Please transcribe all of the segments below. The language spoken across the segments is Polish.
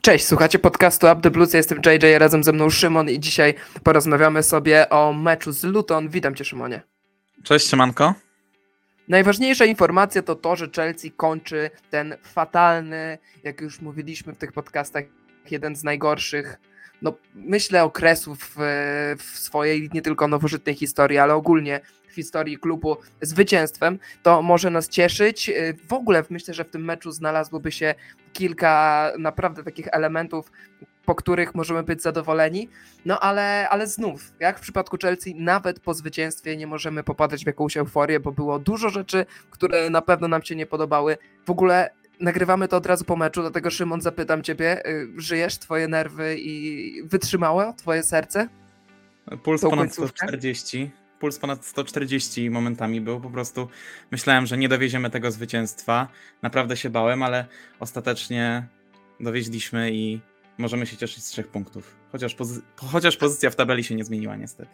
Cześć, słuchacie podcastu Up The Blues, ja jestem JJ, razem ze mną Szymon i dzisiaj porozmawiamy sobie o meczu z Luton. Witam cię, Szymonie. Cześć, siemanko. Najważniejsza informacja to to, że Chelsea kończy ten fatalny, jak już mówiliśmy w tych podcastach, jeden z najgorszych, myślę, okresów w swojej nie tylko nowożytnej historii, ale ogólnie w historii klubu zwycięstwem. To może nas cieszyć. W ogóle myślę, że w tym meczu znalazłoby się kilka naprawdę takich elementów, po których możemy być zadowoleni, ale znów, jak w przypadku Chelsea, nawet po zwycięstwie nie możemy popadać w jakąś euforię, bo było dużo rzeczy, które na pewno nam się nie podobały. W ogóle nagrywamy to od razu po meczu, dlatego Szymon, zapytam ciebie, żyjesz? Twoje nerwy i wytrzymało twoje serce? Puls ponad 140. Puls ponad 140 momentami był, po prostu myślałem, że nie dowieziemy tego zwycięstwa. Naprawdę się bałem, ale ostatecznie dowieźliśmy i możemy się cieszyć z 3 punktów. Chociaż pozycja w tabeli się nie zmieniła niestety.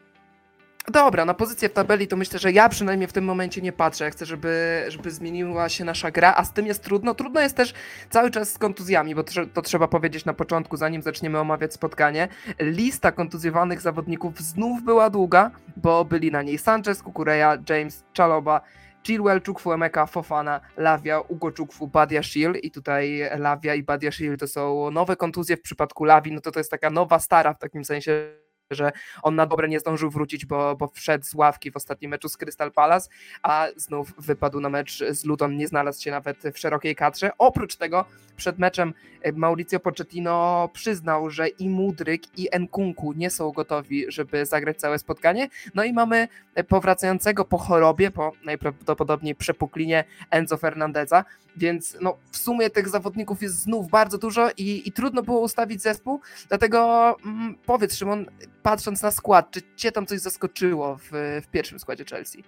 Dobra, na pozycję w tabeli to myślę, że ja przynajmniej w tym momencie nie patrzę. Ja chcę, żeby zmieniła się nasza gra, a z tym jest trudno. Trudno jest też cały czas z kontuzjami, bo to trzeba powiedzieć na początku, zanim zaczniemy omawiać spotkanie. Lista kontuzjowanych zawodników znów była długa, bo byli na niej Sanchez, Cucurella, James, Chalobah, Chilwell, Chukwuemeka, Fofana, Lavia, Ugo Chukwu, Badiashile i tutaj Lavia i Badiashile to są nowe kontuzje. W przypadku Lavii, no to jest taka nowa stara w takim sensie, że on na dobre nie zdążył wrócić, bo wszedł z ławki w ostatnim meczu z Crystal Palace, a znów wypadł na mecz z Luton, nie znalazł się nawet w szerokiej kadrze. Oprócz tego przed meczem Mauricio Pochettino przyznał, że i Mudryk, i Nkunku nie są gotowi, żeby zagrać całe spotkanie. No i mamy powracającego po chorobie, po najprawdopodobniej przepuklinie Enzo Fernandeza, więc w sumie tych zawodników jest znów bardzo dużo i trudno było ustawić zespół, dlatego powiedz, Szymon, patrząc na skład, czy cię tam coś zaskoczyło w pierwszym składzie Chelsea?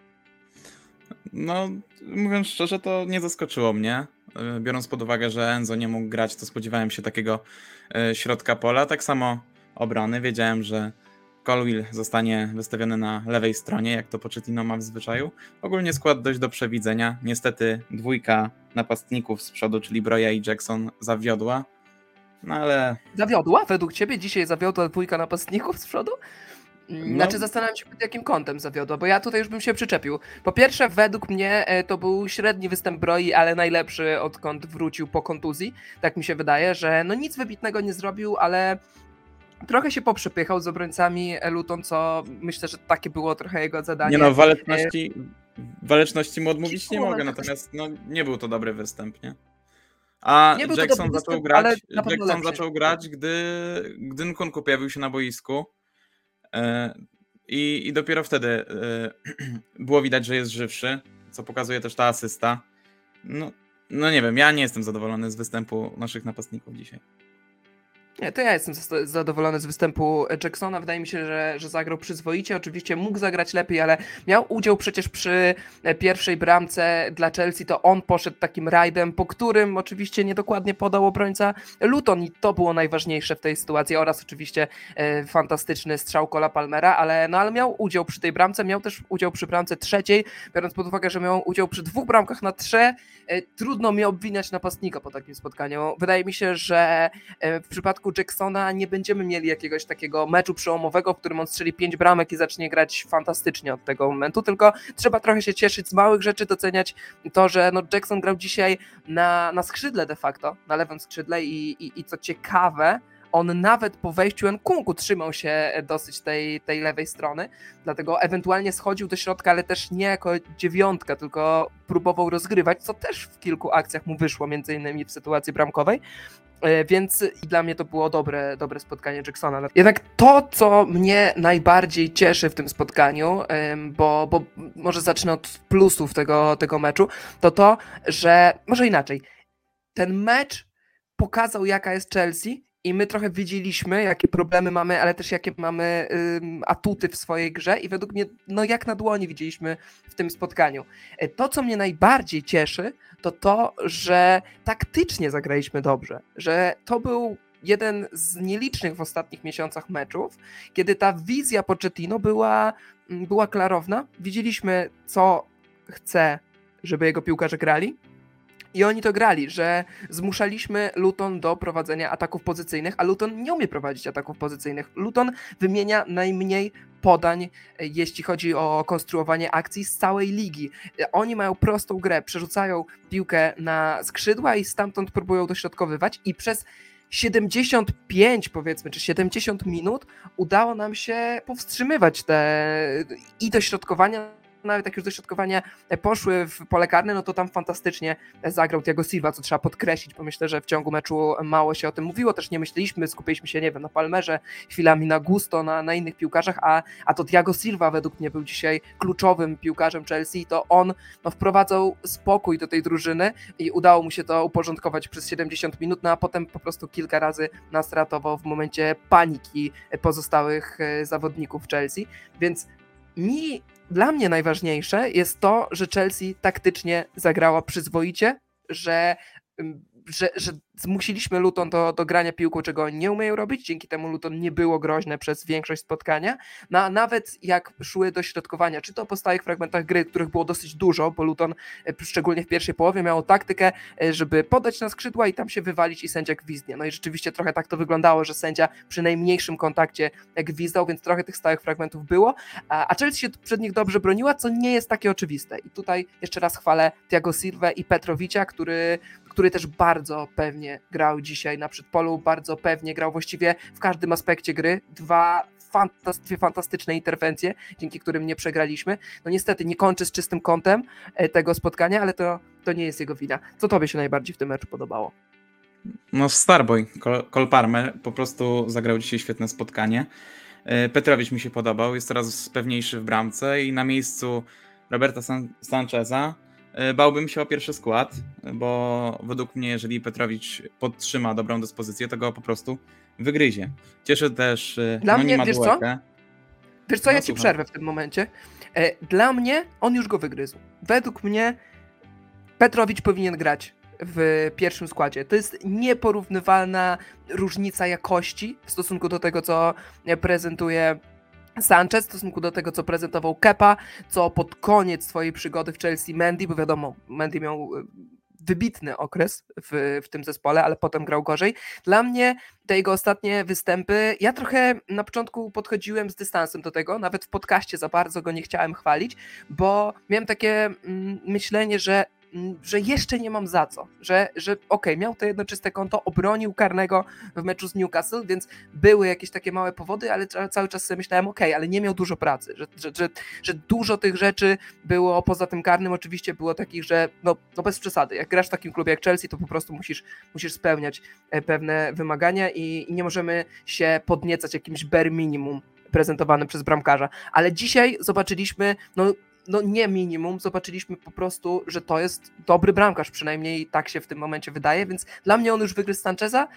No, mówiąc szczerze, to nie zaskoczyło mnie. Biorąc pod uwagę, że Enzo nie mógł grać, to spodziewałem się takiego środka pola. Tak samo obrony. Wiedziałem, że Colwill zostanie wystawiony na lewej stronie, jak to Pochettino ma w zwyczaju. Ogólnie skład dość do przewidzenia. Niestety dwójka napastników z przodu, czyli Broja i Jackson, zawiodła. No ale... Zawiodła? Według ciebie dzisiaj zawiodła dwójka napastników z przodu? Znaczy zastanawiam się, pod jakim kątem zawiodła, bo ja tutaj już bym się przyczepił. Po pierwsze, według mnie to był średni występ Broi, ale najlepszy odkąd wrócił po kontuzji. Tak mi się wydaje, że nic wybitnego nie zrobił, ale trochę się poprzepychał z obrońcami Luton, co myślę, że takie było trochę jego zadanie. Nie waleczności mu odmówić nie mogę, natomiast nie był to dobry występ, nie? A Jackson zaczął grać, gdy Nkunku pojawił się na boisku i dopiero wtedy było widać, że jest żywszy, co pokazuje też ta asysta. No nie wiem, ja nie jestem zadowolony z występu naszych napastników dzisiaj. Nie, to ja jestem zadowolony z występu Jacksona. Wydaje mi się, że zagrał przyzwoicie. Oczywiście mógł zagrać lepiej, ale miał udział przecież przy pierwszej bramce dla Chelsea. To on poszedł takim rajdem, po którym oczywiście niedokładnie podał obrońca Luton i to było najważniejsze w tej sytuacji oraz oczywiście fantastyczny strzał Cola Palmera, ale miał udział przy tej bramce, miał też udział przy bramce trzeciej, biorąc pod uwagę, że miał udział przy 2 bramkach na 3. Trudno mi obwiniać napastnika po takim spotkaniu. Wydaje mi się, że w przypadku Jacksona nie będziemy mieli jakiegoś takiego meczu przełomowego, w którym on strzeli 5 bramek i zacznie grać fantastycznie od tego momentu, tylko trzeba trochę się cieszyć z małych rzeczy, doceniać to, że Jackson grał dzisiaj na skrzydle de facto, na lewym skrzydle i co ciekawe, on nawet po wejściu Nkunku trzymał się dosyć tej lewej strony, dlatego ewentualnie schodził do środka, ale też nie jako 9, tylko próbował rozgrywać, co też w kilku akcjach mu wyszło, między innymi w sytuacji bramkowej. Więc dla mnie to było dobre spotkanie Jacksona. Jednak to, co mnie najbardziej cieszy w tym spotkaniu, bo może zacznę od plusów tego meczu, to, że może inaczej. Ten mecz pokazał, jaka jest Chelsea i my trochę widzieliśmy, jakie problemy mamy, ale też jakie mamy atuty w swojej grze i według mnie, jak na dłoni widzieliśmy w tym spotkaniu. To, co mnie najbardziej cieszy, to, że taktycznie zagraliśmy dobrze, że to był jeden z nielicznych w ostatnich miesiącach meczów, kiedy ta wizja Pochettino była klarowna. Widzieliśmy, co chce, żeby jego piłkarze grali. I oni to grali, że zmuszaliśmy Luton do prowadzenia ataków pozycyjnych, a Luton nie umie prowadzić ataków pozycyjnych. Luton wymienia najmniej podań, jeśli chodzi o konstruowanie akcji z całej ligi. Oni mają prostą grę, przerzucają piłkę na skrzydła i stamtąd próbują dośrodkowywać i przez 75 powiedzmy, czy 70 minut udało nam się powstrzymywać te i dośrodkowania. Nawet jak już dośrodkowania poszły w pole karne, no to tam fantastycznie zagrał Thiago Silva, co trzeba podkreślić, bo myślę, że w ciągu meczu mało się o tym mówiło, też nie myśleliśmy, skupiliśmy się, nie wiem, na Palmerze, chwilami na Gusto, na innych piłkarzach, a to Thiago Silva według mnie był dzisiaj kluczowym piłkarzem Chelsea, to on wprowadzał spokój do tej drużyny i udało mu się to uporządkować przez 70 minut, no a potem po prostu kilka razy nas ratował w momencie paniki pozostałych zawodników Chelsea, więc dla mnie najważniejsze jest to, że Chelsea taktycznie zagrała przyzwoicie, że zmusiliśmy Luton do grania piłką, czego oni nie umieją robić, dzięki temu Luton nie było groźne przez większość spotkania, no a nawet jak szły dośrodkowania, czy to po stałych fragmentach gry, których było dosyć dużo, bo Luton szczególnie w pierwszej połowie miało taktykę, żeby podać na skrzydła i tam się wywalić i sędzia gwizdnie. No i rzeczywiście trochę tak to wyglądało, że sędzia przy najmniejszym kontakcie gwizdał, więc trochę tych stałych fragmentów było, a Chelsea się przed nich dobrze broniła, co nie jest takie oczywiste. I tutaj jeszcze raz chwalę Thiago Silvę i Petrovicia, który też bardzo pewnie grał dzisiaj na przedpolu, bardzo pewnie grał właściwie w każdym aspekcie gry. Dwie fantastyczne interwencje, dzięki którym nie przegraliśmy. No niestety nie kończy z czystym kątem tego spotkania, ale to nie jest jego wina. Co tobie się najbardziej w tym meczu podobało? No Starboy, Cole Palmer po prostu zagrał dzisiaj świetne spotkanie. Petrowicz mi się podobał, jest coraz pewniejszy w bramce i na miejscu Roberta Sancheza bałbym się o pierwszy skład, bo według mnie, jeżeli Petrowicz podtrzyma dobrą dyspozycję, to go po prostu wygryzie. Cieszy też Dla mnie, Maduekę. Wiesz co, ja ci Słucham. przerwę w tym momencie. Dla mnie on już go wygryzł. Według mnie Petrowicz powinien grać w pierwszym składzie. To jest nieporównywalna różnica jakości w stosunku do tego, co prezentuje Sanchez, w stosunku do tego, co prezentował Kepa, co pod koniec swojej przygody w Chelsea Mendy, bo wiadomo, Mendy miał wybitny okres w tym zespole, ale potem grał gorzej. Dla mnie te jego ostatnie występy, ja trochę na początku podchodziłem z dystansem do tego, nawet w podcaście za bardzo go nie chciałem chwalić, bo miałem takie myślenie, że jeszcze nie mam za co, że okej, miał to jedno czyste konto, obronił karnego w meczu z Newcastle, więc były jakieś takie małe powody, ale cały czas sobie myślałem, ale nie miał dużo pracy, że dużo tych rzeczy było poza tym karnym, oczywiście było takich, że no bez przesady, jak grasz w takim klubie jak Chelsea, to po prostu musisz spełniać pewne wymagania i nie możemy się podniecać jakimś bare minimum prezentowanym przez bramkarza, ale dzisiaj zobaczyliśmy, no nie minimum, zobaczyliśmy po prostu, że to jest dobry bramkarz, przynajmniej tak się w tym momencie wydaje, więc dla mnie on już wygryzł Sancheza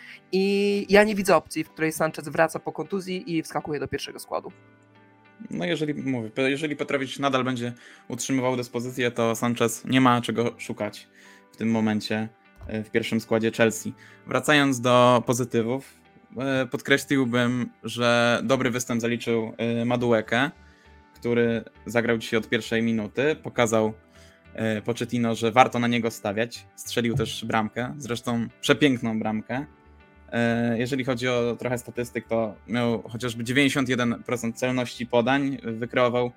i ja nie widzę opcji, w której Sanchez wraca po kontuzji i wskakuje do pierwszego składu. No jeżeli Petrowicz nadal będzie utrzymywał dyspozycję, to Sanchez nie ma czego szukać w tym momencie w pierwszym składzie Chelsea. Wracając do pozytywów, podkreśliłbym, że dobry występ zaliczył Maduekę, który zagrał dzisiaj od pierwszej minuty, pokazał Pochettino, że warto na niego stawiać, strzelił też bramkę, zresztą przepiękną bramkę. Jeżeli chodzi o trochę statystyk, to miał chociażby 91% celności podań, wykreował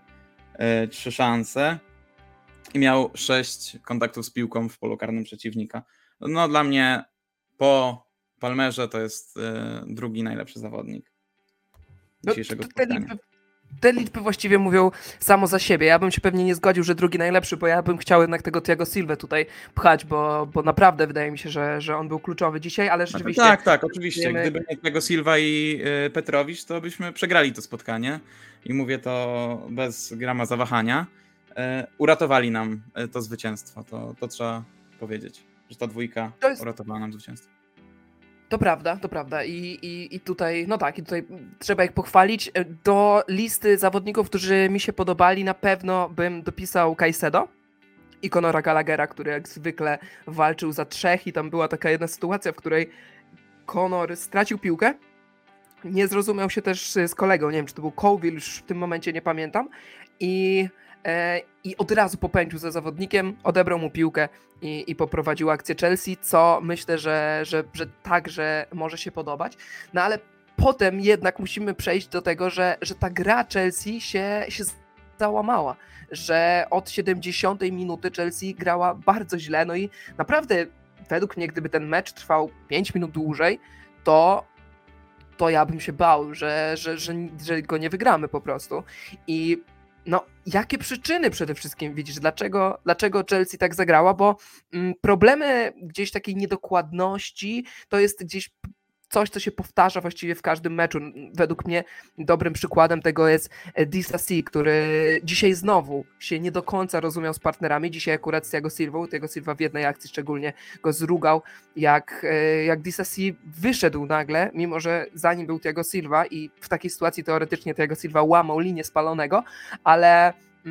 3 szanse i miał 6 kontaktów z piłką w polu karnym przeciwnika. No dla mnie po Palmerze to jest drugi najlepszy zawodnik dzisiejszego spotkania. Te liczby właściwie mówią samo za siebie. Ja bym się pewnie nie zgodził, że drugi najlepszy, bo ja bym chciał jednak tego Thiago Silvę tutaj pchać, bo naprawdę wydaje mi się, że on był kluczowy dzisiaj, ale rzeczywiście... Tak, oczywiście. Gdyby nie Thiago Silva i Petrowicz, to byśmy przegrali to spotkanie i mówię to bez grama zawahania. Uratowali nam to zwycięstwo, to trzeba powiedzieć, że ta dwójka uratowała nam zwycięstwo. To prawda i tutaj, no tak, i tutaj trzeba ich pochwalić. Do listy zawodników, którzy mi się podobali, na pewno bym dopisał Caicedo i Conora Gallaghera, który jak zwykle walczył za 3 i tam była taka jedna sytuacja, w której Conor stracił piłkę, nie zrozumiał się też z kolegą, nie wiem, czy to był Colville, już w tym momencie nie pamiętam, i od razu popędził za zawodnikiem, odebrał mu piłkę i poprowadził akcję Chelsea, co myślę, że także może się podobać. No ale potem jednak musimy przejść do tego, że ta gra Chelsea się załamała, że od 70 minuty Chelsea grała bardzo źle, no i naprawdę według mnie, gdyby ten mecz trwał 5 minut dłużej, to ja bym się bał, że go nie wygramy po prostu. I no, jakie przyczyny przede wszystkim widzisz? Dlaczego Chelsea tak zagrała? Bo problemy gdzieś takiej niedokładności to jest gdzieś coś, co się powtarza właściwie w każdym meczu. Według mnie dobrym przykładem tego jest Disasi, który dzisiaj znowu się nie do końca rozumiał z partnerami. Dzisiaj akurat z Thiago Silva w jednej akcji szczególnie go zrugał, jak Disasi wyszedł nagle, mimo że za nim był Thiago Silva i w takiej sytuacji teoretycznie Thiago Silva łamał linię spalonego, ale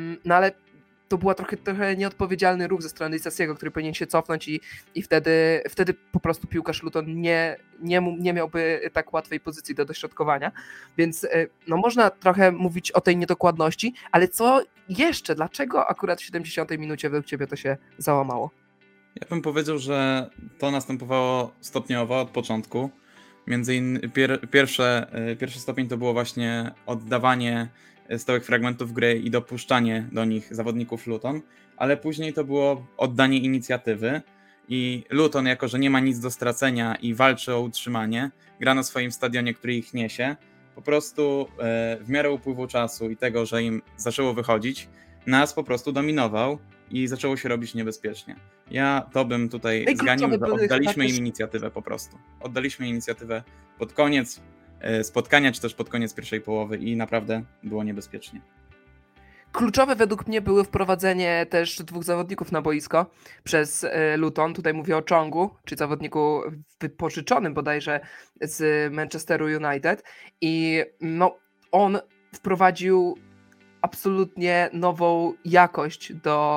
to była trochę nieodpowiedzialny ruch ze strony Disasiego, który powinien się cofnąć i wtedy po prostu piłkarz Luton nie miałby tak łatwej pozycji do dośrodkowania. Więc no, można trochę mówić o tej niedokładności, ale co jeszcze? Dlaczego akurat w 70 minucie według ciebie to się załamało? Ja bym powiedział, że to następowało stopniowo od początku. Między innymi pierwszy stopień to było właśnie oddawanie stałych fragmentów gry i dopuszczanie do nich zawodników Luton, ale później to było oddanie inicjatywy i Luton, jako że nie ma nic do stracenia i walczy o utrzymanie, gra na swoim stadionie, który ich niesie, po prostu w miarę upływu czasu i tego, że im zaczęło wychodzić, nas po prostu dominował i zaczęło się robić niebezpiecznie. Ja to bym tutaj zganił, że oddaliśmy im inicjatywę po prostu. Oddaliśmy inicjatywę pod koniec spotkania, czy też pod koniec pierwszej połowy i naprawdę było niebezpiecznie. Kluczowe według mnie były wprowadzenie też 2 zawodników na boisko przez Luton. Tutaj mówię o Chongu, czyli zawodniku wypożyczonym bodajże z Manchesteru United. I no, on wprowadził absolutnie nową jakość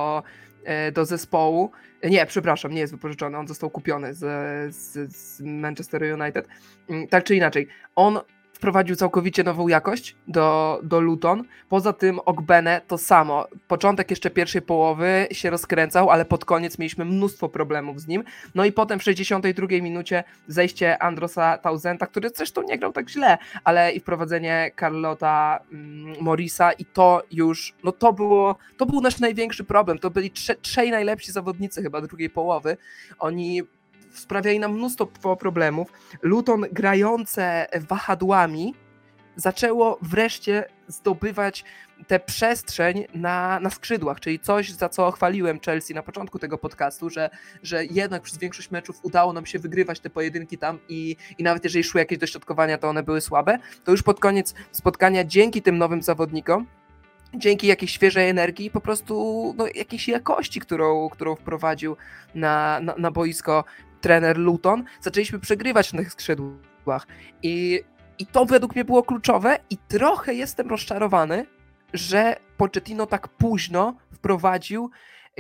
do zespołu. Nie, przepraszam, nie jest wypożyczony, on został kupiony z Manchesteru United. Tak czy inaczej, on wprowadził całkowicie nową jakość do Luton. Poza tym Ogbene to samo. Początek jeszcze pierwszej połowy się rozkręcał, ale pod koniec mieliśmy mnóstwo problemów z nim. No i potem w 62 minucie zejście Androsa Townsenda, który zresztą nie grał tak źle, ale i wprowadzenie Carlota Morrisa i to już, no to był nasz największy problem. To byli trzej najlepsi zawodnicy chyba drugiej połowy. Oni sprawiali nam mnóstwo problemów. Luton grające wahadłami zaczęło wreszcie zdobywać tę przestrzeń na skrzydłach, czyli coś, za co chwaliłem Chelsea na początku tego podcastu, że jednak przez większość meczów udało nam się wygrywać te pojedynki tam i nawet jeżeli szły jakieś dośrodkowania, to one były słabe, to już pod koniec spotkania dzięki tym nowym zawodnikom, dzięki jakiejś świeżej energii, po prostu no, jakiejś jakości, którą wprowadził na boisko trener Luton, zaczęliśmy przegrywać na tych skrzydłach. I to według mnie było kluczowe i trochę jestem rozczarowany, że Pochettino tak późno wprowadził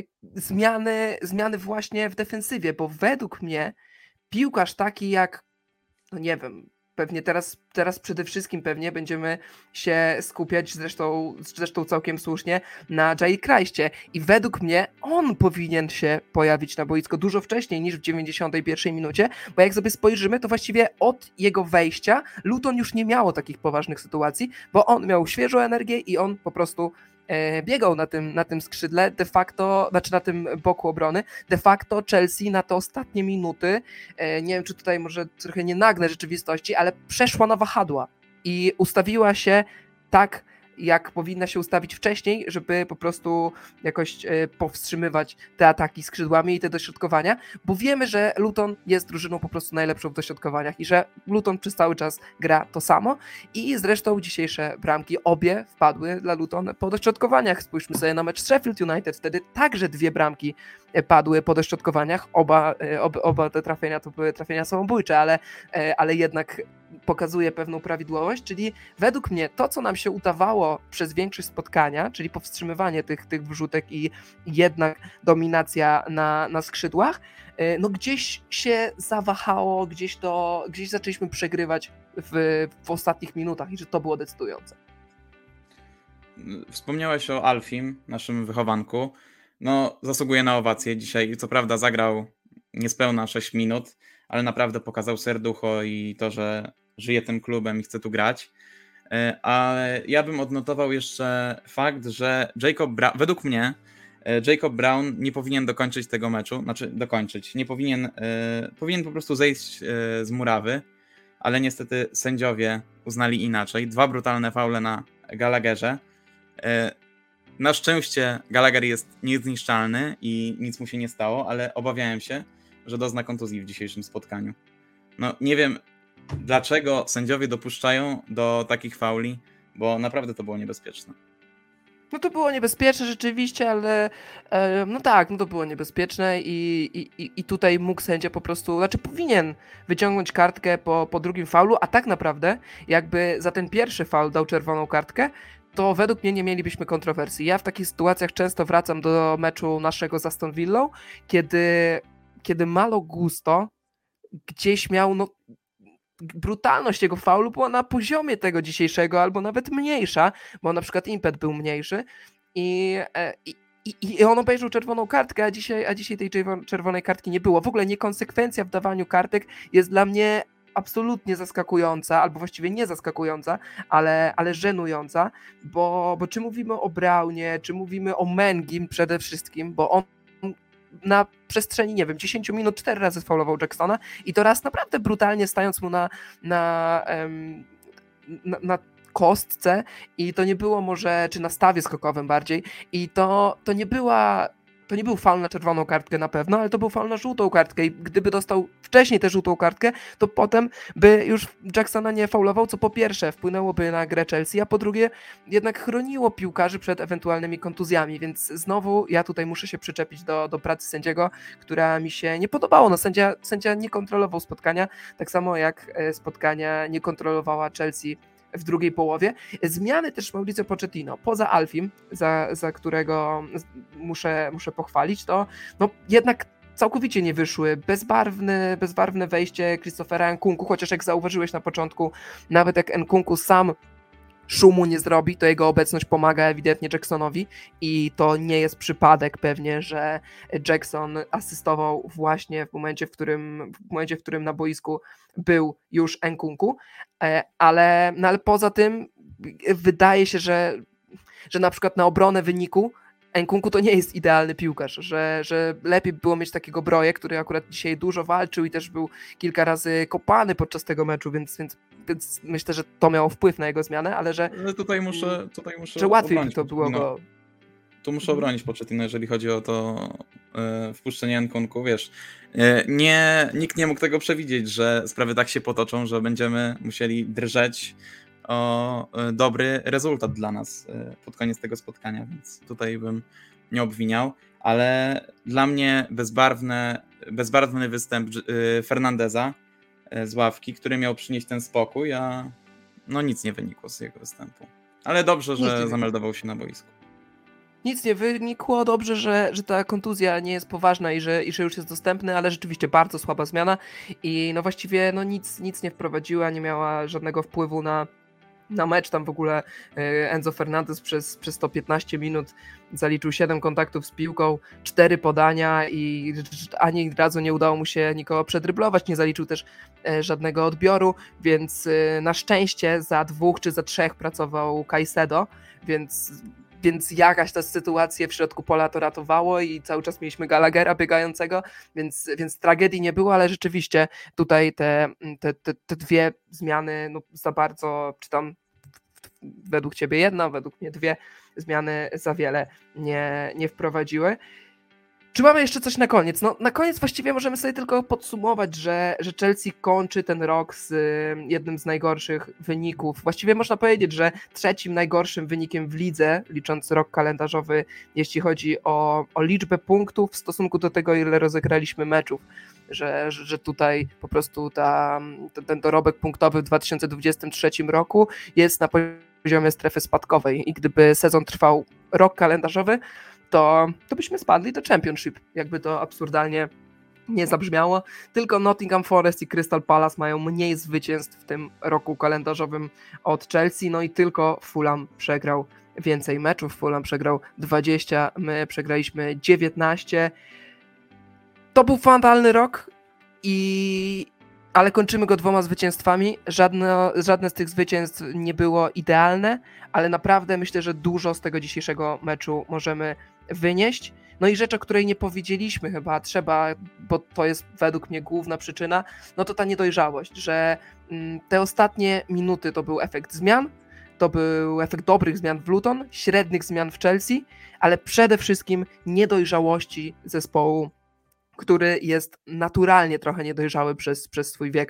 zmiany właśnie w defensywie, bo według mnie piłkarz taki jak, no nie wiem, pewnie teraz przede wszystkim pewnie będziemy się skupiać, zresztą całkiem słusznie, na Jai Krajście. I według mnie on powinien się pojawić na boisko dużo wcześniej niż w 91 minucie, bo jak sobie spojrzymy, to właściwie od jego wejścia Luton już nie miało takich poważnych sytuacji, bo on miał świeżą energię i on po prostu biegał na tym skrzydle, de facto, znaczy na tym boku obrony, de facto Chelsea na te ostatnie minuty, nie wiem czy tutaj może trochę nie nagnę rzeczywistości, ale przeszła na wahadła i ustawiła się tak, jak powinna się ustawić wcześniej, żeby po prostu jakoś powstrzymywać te ataki skrzydłami i te dośrodkowania, bo wiemy, że Luton jest drużyną po prostu najlepszą w dośrodkowaniach i że Luton przez cały czas gra to samo i zresztą dzisiejsze bramki obie wpadły dla Luton po dośrodkowaniach. Spójrzmy sobie na mecz Sheffield United, wtedy także 2 bramki padły po dośrodkowaniach, oba te trafienia to były trafienia samobójcze, ale jednak pokazuje pewną prawidłowość, czyli według mnie to, co nam się udawało przez większość spotkania, czyli powstrzymywanie tych wrzutek i jednak dominacja na skrzydłach, no gdzieś się zawahało, gdzieś zaczęliśmy przegrywać w ostatnich minutach i że to było decydujące. wspomniałeś o Alfim, naszym wychowanku. No, zasługuje na owację dzisiaj. Co prawda zagrał niespełna 6 minut, ale naprawdę pokazał serducho i to, że żyje tym klubem i chce tu grać. Ale ja bym odnotował jeszcze fakt, że według mnie Jacob Brown nie powinien dokończyć tego meczu, nie powinien po prostu zejść z murawy, ale niestety sędziowie uznali inaczej. 2 brutalne faule na Gallagherze. Na szczęście Gallagher jest niezniszczalny i nic mu się nie stało, ale obawiałem się, że dozna kontuzji w dzisiejszym spotkaniu. No nie wiem, dlaczego sędziowie dopuszczają do takich fauli, bo naprawdę to było niebezpieczne. No to było niebezpieczne rzeczywiście, ale no tak, no to było niebezpieczne i tutaj mógł sędzia po prostu, znaczy powinien wyciągnąć kartkę po drugim faulu, a tak naprawdę jakby za ten pierwszy faul dał czerwoną kartkę, to według mnie nie mielibyśmy kontrowersji. Ja w takich sytuacjach często wracam do meczu naszego z Aston Villą, kiedy Malo Gusto gdzieś miał, no brutalność jego faulu była na poziomie tego dzisiejszego, albo nawet mniejsza, bo na przykład impet był mniejszy i on obejrzał czerwoną kartkę, a dzisiaj tej czerwonej kartki nie było. W ogóle niekonsekwencja w dawaniu kartek jest dla mnie absolutnie zaskakująca, albo właściwie nie zaskakująca, ale żenująca, bo czy mówimy o Brownie, czy mówimy o Mengim przede wszystkim, bo on na przestrzeni, nie wiem, 10 minut 4 razy sfaulował Jacksona i to raz naprawdę brutalnie stając mu na kostce i to nie było może, czy na stawie skokowym bardziej i to nie był faul na czerwoną kartkę na pewno, ale to był faul na żółtą kartkę i gdyby dostał wcześniej tę żółtą kartkę, to potem by już Jacksona nie faulował, co po pierwsze wpłynęłoby na grę Chelsea, a po drugie jednak chroniło piłkarzy przed ewentualnymi kontuzjami, więc znowu ja tutaj muszę się przyczepić do pracy sędziego, która mi się nie podobała. No sędzia nie kontrolował spotkania, tak samo jak spotkania nie kontrolowała Chelsea w drugiej połowie. Zmiany też Mauricio Pochettino, poza Alfim, za którego muszę pochwalić, to no jednak całkowicie nie wyszły. Bezbarwne wejście Christophera Nkunku, chociaż jak zauważyłeś na początku, nawet jak Nkunku sam szumu nie zrobi, to jego obecność pomaga ewidentnie Jacksonowi i to nie jest przypadek pewnie, że Jackson asystował właśnie w momencie, w którym na boisku był już Nkunku, ale poza tym wydaje się, że na przykład na obronę wyniku Nkunku to nie jest idealny piłkarz, że lepiej było mieć takiego Broje, który akurat dzisiaj dużo walczył i też był kilka razy kopany podczas tego meczu, więc myślę, że to miało wpływ na jego zmianę, ale że Tutaj muszę że łatwiej to było go... Tu muszę obronić Pochettino, jeżeli chodzi o to wpuszczenie Nkunku, wiesz. Nikt nie mógł tego przewidzieć, że sprawy tak się potoczą, że będziemy musieli drżeć o dobry rezultat dla nas pod koniec tego spotkania, więc tutaj bym nie obwiniał, ale dla mnie bezbarwny występ Fernandeza z ławki, który miał przynieść ten spokój, a no nic nie wynikło z jego występu. Ale dobrze, że zameldował się na boisku. Nic nie wynikło, dobrze, że ta kontuzja nie jest poważna i że już jest dostępny, ale rzeczywiście bardzo słaba zmiana i no właściwie no nic nie wprowadziła, nie miała żadnego wpływu na mecz. Tam w ogóle Enzo Fernandez przez 115 minut zaliczył 7 kontaktów z piłką, 4 podania i ani razu nie udało mu się nikogo przedryblować, nie zaliczył też żadnego odbioru, więc na szczęście za 2 czy za 3 pracował Caicedo, więc jakaś ta sytuacja w środku pola to ratowało i cały czas mieliśmy Gallaghera biegającego, więc tragedii nie było, ale rzeczywiście tutaj te 2 zmiany no za bardzo, czy tam według ciebie 1, według mnie 2 zmiany za wiele nie wprowadziły. Czy mamy jeszcze coś na koniec? No na koniec właściwie możemy sobie tylko podsumować, że Chelsea kończy ten rok z jednym z najgorszych wyników. Właściwie można powiedzieć, że 3. najgorszym wynikiem w lidze, licząc rok kalendarzowy, jeśli chodzi o liczbę punktów w stosunku do tego, ile rozegraliśmy meczów. Że tutaj po prostu ten dorobek punktowy w 2023 roku jest na poziomie strefy spadkowej i gdyby sezon trwał rok kalendarzowy, to byśmy spadli do Championship, jakby to absurdalnie nie zabrzmiało. Tylko Nottingham Forest i Crystal Palace mają mniej zwycięstw w tym roku kalendarzowym od Chelsea, no i tylko Fulham przegrał więcej meczów. Fulham przegrał 20, my przegraliśmy 19. To był fatalny rok, ale kończymy go 2 zwycięstwami. Żadne z tych zwycięstw nie było idealne, ale naprawdę myślę, że dużo z tego dzisiejszego meczu możemy wynieść. No i rzecz, o której nie powiedzieliśmy chyba, bo to jest według mnie główna przyczyna, no to ta niedojrzałość, że te ostatnie minuty to był efekt zmian, to był efekt dobrych zmian w Luton, średnich zmian w Chelsea, ale przede wszystkim niedojrzałości zespołu, który jest naturalnie trochę niedojrzały przez swój wiek.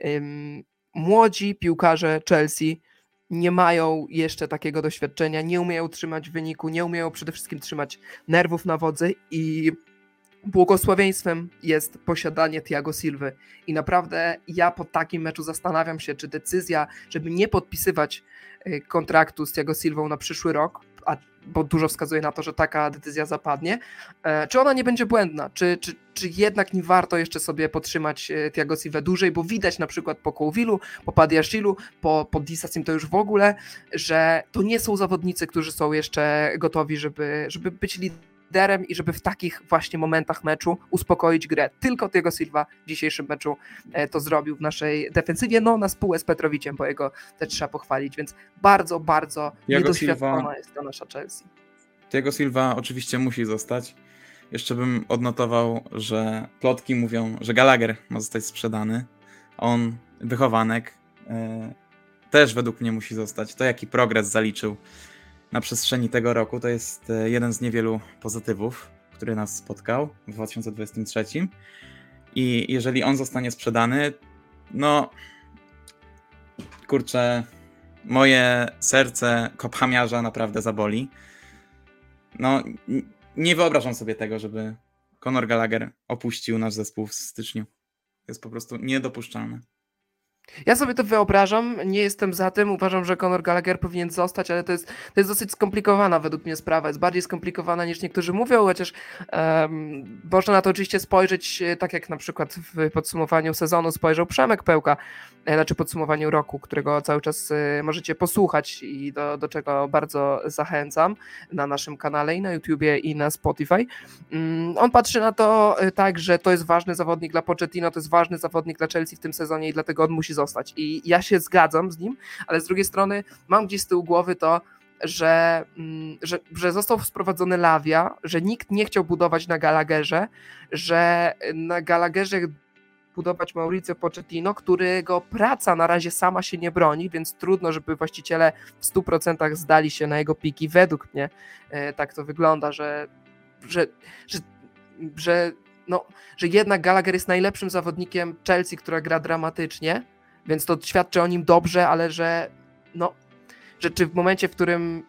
Młodzi piłkarze Chelsea nie mają jeszcze takiego doświadczenia, nie umieją trzymać wyniku, nie umieją przede wszystkim trzymać nerwów na wodzy i błogosławieństwem jest posiadanie Thiago Silvy. I naprawdę ja po takim meczu zastanawiam się, czy decyzja, żeby nie podpisywać kontraktu z Thiago Silvą na przyszły rok, bo dużo wskazuje na to, że taka decyzja zapadnie, czy ona nie będzie błędna, czy jednak nie warto jeszcze sobie podtrzymać Thiago Silvę dłużej, bo widać na przykład po Kołwilu, po Badiashilu, po Disassim to już w ogóle, że to nie są zawodnicy, którzy są jeszcze gotowi, żeby być liderem i żeby w takich właśnie momentach meczu uspokoić grę. Tylko Thiago Silva w dzisiejszym meczu to zrobił w naszej defensywie, no na spółę z Petrowiciem, bo jego też trzeba pochwalić, więc bardzo, bardzo niedoświadczona jest ta nasza Chelsea. Thiago Silva oczywiście musi zostać. Jeszcze bym odnotował, że plotki mówią, że Gallagher ma zostać sprzedany. On, wychowanek, też według mnie musi zostać. To jaki progres zaliczył na przestrzeni tego roku, to jest jeden z niewielu pozytywów, który nas spotkał w 2023. I jeżeli on zostanie sprzedany, no kurczę, moje serce kophamiarza naprawdę zaboli. No nie wyobrażam sobie tego, żeby Conor Gallagher opuścił nasz zespół w styczniu. To jest po prostu niedopuszczalne. Ja sobie to wyobrażam, nie jestem za tym, uważam, że Conor Gallagher powinien zostać, ale to jest dosyć skomplikowana według mnie sprawa, jest bardziej skomplikowana niż niektórzy mówią, chociaż można na to oczywiście spojrzeć tak jak na przykład w podsumowaniu sezonu spojrzał Przemek Pełka, znaczy podsumowaniu roku, którego cały czas możecie posłuchać i do czego bardzo zachęcam na naszym kanale i na YouTubie i na Spotify. On patrzy na to tak, że to jest ważny zawodnik dla Pochettino, to jest ważny zawodnik dla Chelsea w tym sezonie i dlatego on musi zostać. I ja się zgadzam z nim, ale z drugiej strony mam gdzieś z tyłu głowy to, że został sprowadzony Lavia, że nikt nie chciał budować na Gallagherze, że na Gallagherze budować Mauricio Pochettino, którego praca na razie sama się nie broni, więc trudno, żeby właściciele w 100% zdali się na jego piki. Według mnie tak to wygląda, że jednak Gallagher jest najlepszym zawodnikiem Chelsea, która gra dramatycznie, więc to świadczy o nim dobrze, ale że czy w momencie, w którym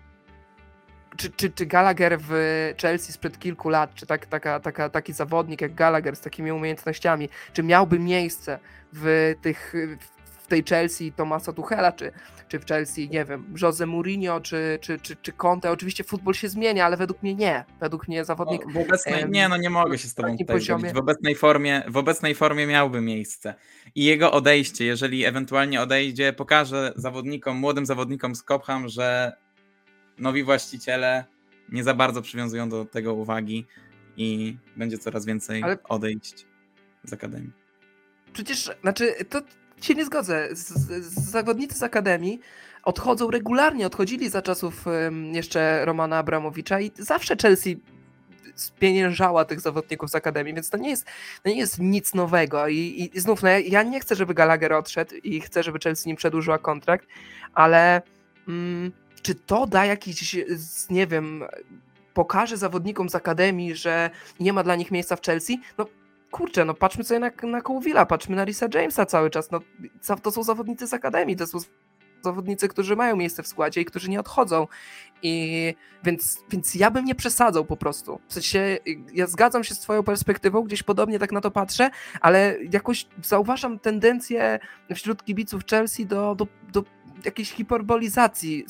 czy Gallagher w Chelsea sprzed kilku lat, czy taki zawodnik jak Gallagher z takimi umiejętnościami, czy miałby miejsce w tej Chelsea Thomasa Tuchela, czy w Chelsea, nie wiem, Jose Mourinho, czy Conte. Oczywiście futbol się zmienia, ale według mnie nie. Według mnie zawodnik... nie mogę się z tobą tutaj zgodzić. W obecnej formie miałby miejsce. I jego odejście, jeżeli ewentualnie odejdzie, pokaże młodym zawodnikom z Cobham, że nowi właściciele nie za bardzo przywiązują do tego uwagi i będzie coraz więcej odejść z akademii. Przecież, to się nie zgodzę. Zawodnicy z akademii odchodzili za czasów jeszcze Romana Abramowicza i zawsze Chelsea spieniężała tych zawodników z akademii, więc to nie jest nic nowego i znów, ja nie chcę, żeby Gallagher odszedł i chcę, żeby Chelsea nim przedłużyła kontrakt, ale czy to da jakiś, nie wiem, pokaże zawodnikom z akademii, że nie ma dla nich miejsca w Chelsea? Kurczę, patrzmy sobie na Colwilla, patrzmy na Reesa Jamesa cały czas, to są zawodnicy z akademii, to są zawodnicy, którzy mają miejsce w składzie i którzy nie odchodzą. Więc ja bym nie przesadzał po prostu. W sensie, ja zgadzam się z twoją perspektywą, gdzieś podobnie tak na to patrzę, ale jakoś zauważam tendencję wśród kibiców Chelsea do jakiejś hiperbolizacji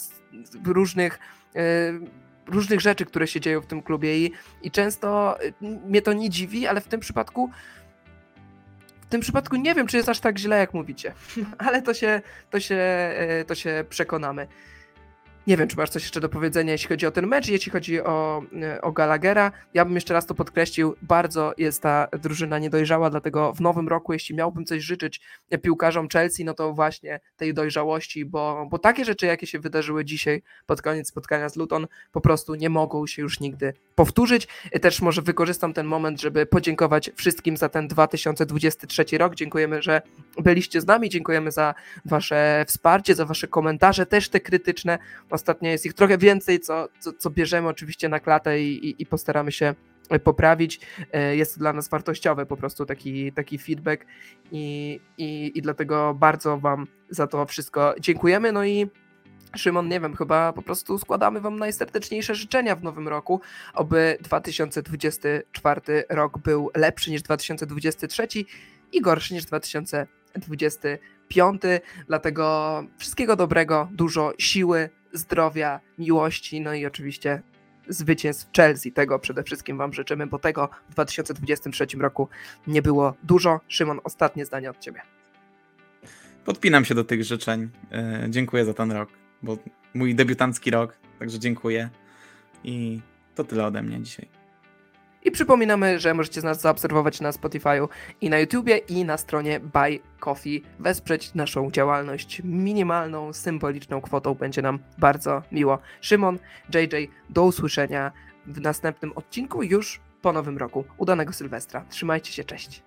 różnych rzeczy, które się dzieją w tym klubie i często mnie to nie dziwi, ale w tym przypadku nie wiem, czy jest aż tak źle, jak mówicie, ale to się przekonamy. Nie wiem, czy masz coś jeszcze do powiedzenia, jeśli chodzi o ten mecz, jeśli chodzi o Gallaghera. Ja bym jeszcze raz to podkreślił, bardzo jest ta drużyna niedojrzała, dlatego w nowym roku, jeśli miałbym coś życzyć piłkarzom Chelsea, no to właśnie tej dojrzałości, bo takie rzeczy, jakie się wydarzyły dzisiaj pod koniec spotkania z Luton, po prostu nie mogą się już nigdy powtórzyć. Też może wykorzystam ten moment, żeby podziękować wszystkim za ten 2023 rok. Dziękujemy, że byliście z nami, dziękujemy za wasze wsparcie, za wasze komentarze, też te krytyczne. Ostatnio jest ich trochę więcej, co bierzemy oczywiście na klatę i postaramy się poprawić. Jest to dla nas wartościowe po prostu taki feedback i dlatego bardzo wam za to wszystko dziękujemy. No i Szymon, nie wiem, chyba po prostu składamy wam najserdeczniejsze życzenia w nowym roku, oby 2024 rok był lepszy niż 2023 i gorszy niż 2025, dlatego wszystkiego dobrego, dużo siły, zdrowia, miłości, no i oczywiście zwycięstw Chelsea. Tego przede wszystkim wam życzymy, bo tego w 2023 roku nie było dużo. Szymon, ostatnie zdanie od ciebie. Podpinam się do tych życzeń. Dziękuję za ten rok, bo mój debiutancki rok, także dziękuję. I to tyle ode mnie dzisiaj. I przypominamy, że możecie nas zaobserwować na Spotify'u i na YouTubie i na stronie Buy Coffee. Wesprzeć naszą działalność minimalną, symboliczną kwotą będzie nam bardzo miło. Szymon, JJ, do usłyszenia w następnym odcinku już po nowym roku. Udanego Sylwestra. Trzymajcie się, cześć.